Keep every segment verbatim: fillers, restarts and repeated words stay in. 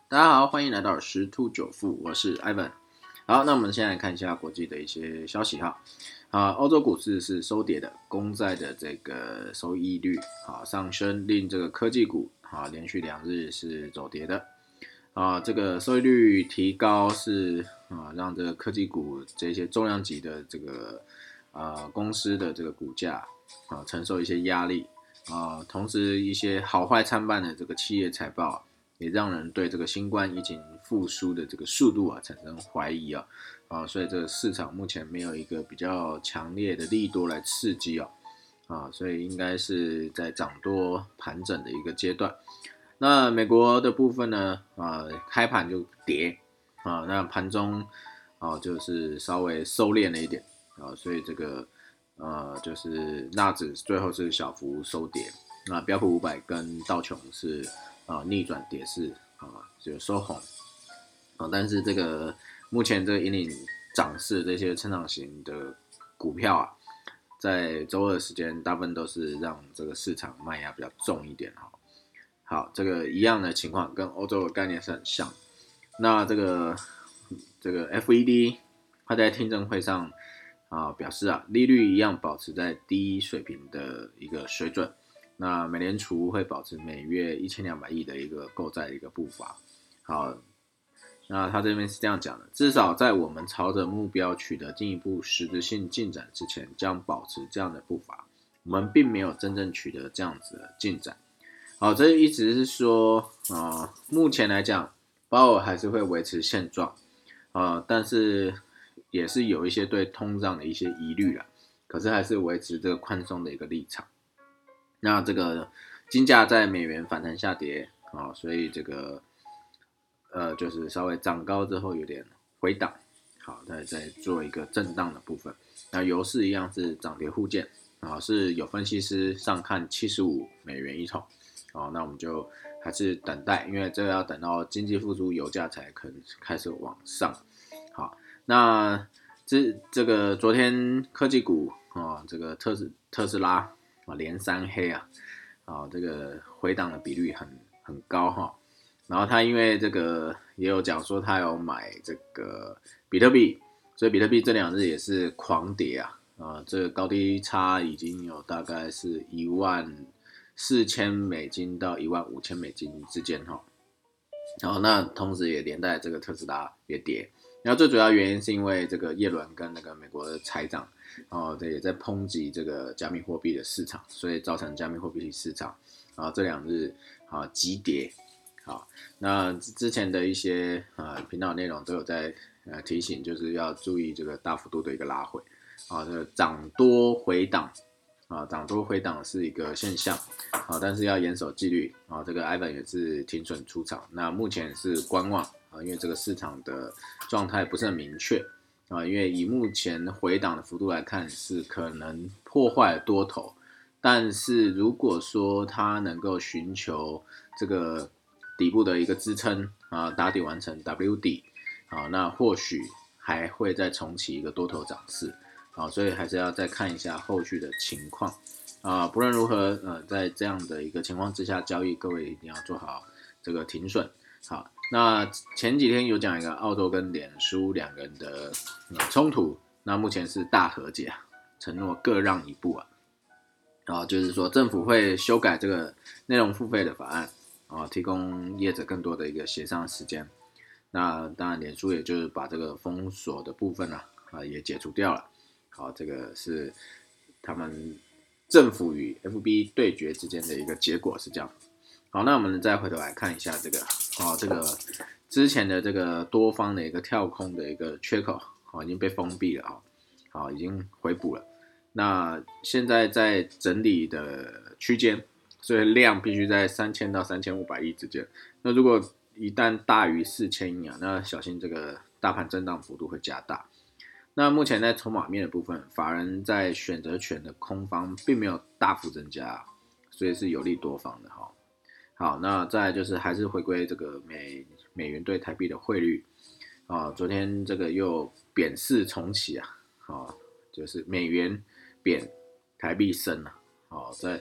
大家好，欢迎来到十突九富，我是 Ivan。好，那我们现在看一下国际的一些消息哈。啊，欧洲股市是收跌的，公债的这个收益率啊上升，令这个科技股啊连续两日是走跌的。啊，这个收益率提高是啊让这个科技股这些重量级的这个啊公司的这个股价啊承受一些压力啊，同时一些好坏参半的这个企业财报。也让人对这个新冠疫情复苏的这个速度啊产生怀疑啊，啊，所以这个市场目前没有一个比较强烈的利多来刺激啊，啊，所以应该是在涨多盘整的一个阶段。那美国的部分呢，啊，开盘就跌啊，那盘中啊就是稍微收敛了一点啊，所以这个呃就是纳指最后是小幅收跌，那标普五百跟道琼是。啊，逆转跌势啊，就收红啊，但是这个目前这个引领涨势这些成长型的股票啊，在周二的时间大部分都是让这个市场卖压比较重一点哈。好，这个一样的情况跟欧洲的概念是很像。那这个这个 F E D 他在听证会上啊表示啊，利率一样保持在低水平的一个水准。那美联储会保持每月一千两百亿的一个购债的一个步伐。好，那他这边是这样讲的：至少在我们朝着目标取得进一步实质性进展之前，将保持这样的步伐。我们并没有真正取得这样子的进展。好，这意思是说，啊、呃，目前来讲，鲍尔还是会维持现状，啊、呃，但是也是有一些对通胀的一些疑虑啦，可是还是维持这个宽松的一个立场。那这个金价在美元反弹下跌啊、哦，所以这个呃就是稍微涨高之后有点回档，好，再再做一个震荡的部分。那油市一样是涨跌互见啊、哦，是有分析师上看七十五美元一桶哦，那我们就还是等待，因为这个要等到经济复苏，油价才可能开始往上。好，那这这个昨天科技股啊、哦，这个特斯特斯拉。啊，连三黑啊，啊，这个回档的比率很很高哈。然后他因为这个也有讲说他有买这个比特币，所以比特币这两日也是狂跌啊，啊，这个高低差已经有大概是一万四千美金到一万五千美金之间哈。然后那同时也连带这个特斯拉也跌，然后最主要原因是因为这个耶伦跟那个美国的财长，哦，这也在抨击这个加密货币的市场，所以造成加密货币市场啊这两日啊急跌。好，那之前的一些呃频道内容都有在呃提醒，就是要注意这个大幅度的一个拉回啊，这个涨多回档。啊，涨多回档是一个现象，啊，但是要严守纪律啊。这个 Ivan 也是停损出场，那目前是观望啊，因为这个市场的状态不是很明确啊。因为以目前回档的幅度来看，是可能破坏了多头，但是如果说它能够寻求这个底部的一个支撑啊，打底完成 W 底啊，那或许还会再重启一个多头涨势。好，所以还是要再看一下后续的情况啊。不论如何，呃，在这样的一个情况之下交易，各位一定要做好这个停损。好，那前几天有讲一个澳洲跟脸书两个人的冲突，那目前是大和解，承诺各让一步啊。然后就是说，政府会修改这个内容付费的法案啊，提供业者更多的一个协商时间。那当然，脸书也就是把这个封锁的部分啊啊也解除掉了。好，这个是他们政府与 F B 对决之间的一个结果是这样。好，那我们再回头来看一下这个，好，这个之前的这个多方的一个跳空的一个缺口，好，已经被封闭了啊，好，已经回补了。那现在在整理的区间，所以量必须在三千到三千五百亿之间。那如果一旦大于四千亿啊，那小心这个大盘震荡幅度会加大。那目前在筹码面的部分，法人在选择权的空方并没有大幅增加，所以是有利多方的哈。好，那再来就是还是回归这个美美元对台币的汇率啊，昨天这个又贬势重启啊，啊，就是美元贬，台币升啊，好，在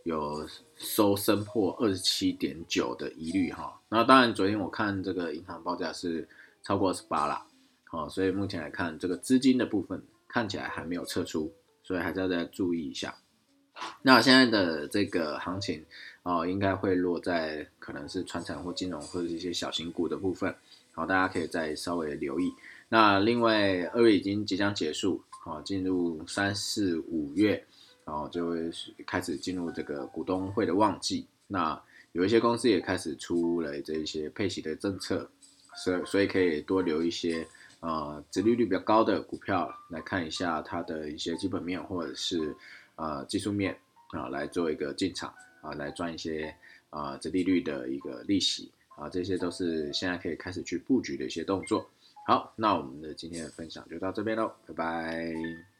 有收升破二十七点九的疑虑哈。那当然，昨天我看这个银行报价是超过二十八啦，好，所以目前来看，这个资金的部分看起来还没有撤出，所以还是要再注意一下。那现在的这个行情哦、呃，应该会落在可能是传产或金融或者一些小型股的部分，好，大家可以再稍微留意。那另外二月已经即将结束，好，进入三四五月，然后就会开始进入这个股东会的旺季。那有一些公司也开始出了这一些配息的政策，所所以可以多留一些呃殖利率比较高的股票来看一下它的一些基本面或者是呃技术面啊，来做一个进场啊，来赚一些啊殖利率的一个利息啊，这些都是现在可以开始去布局的一些动作。好，那我们的今天的分享就到这边喽，拜拜。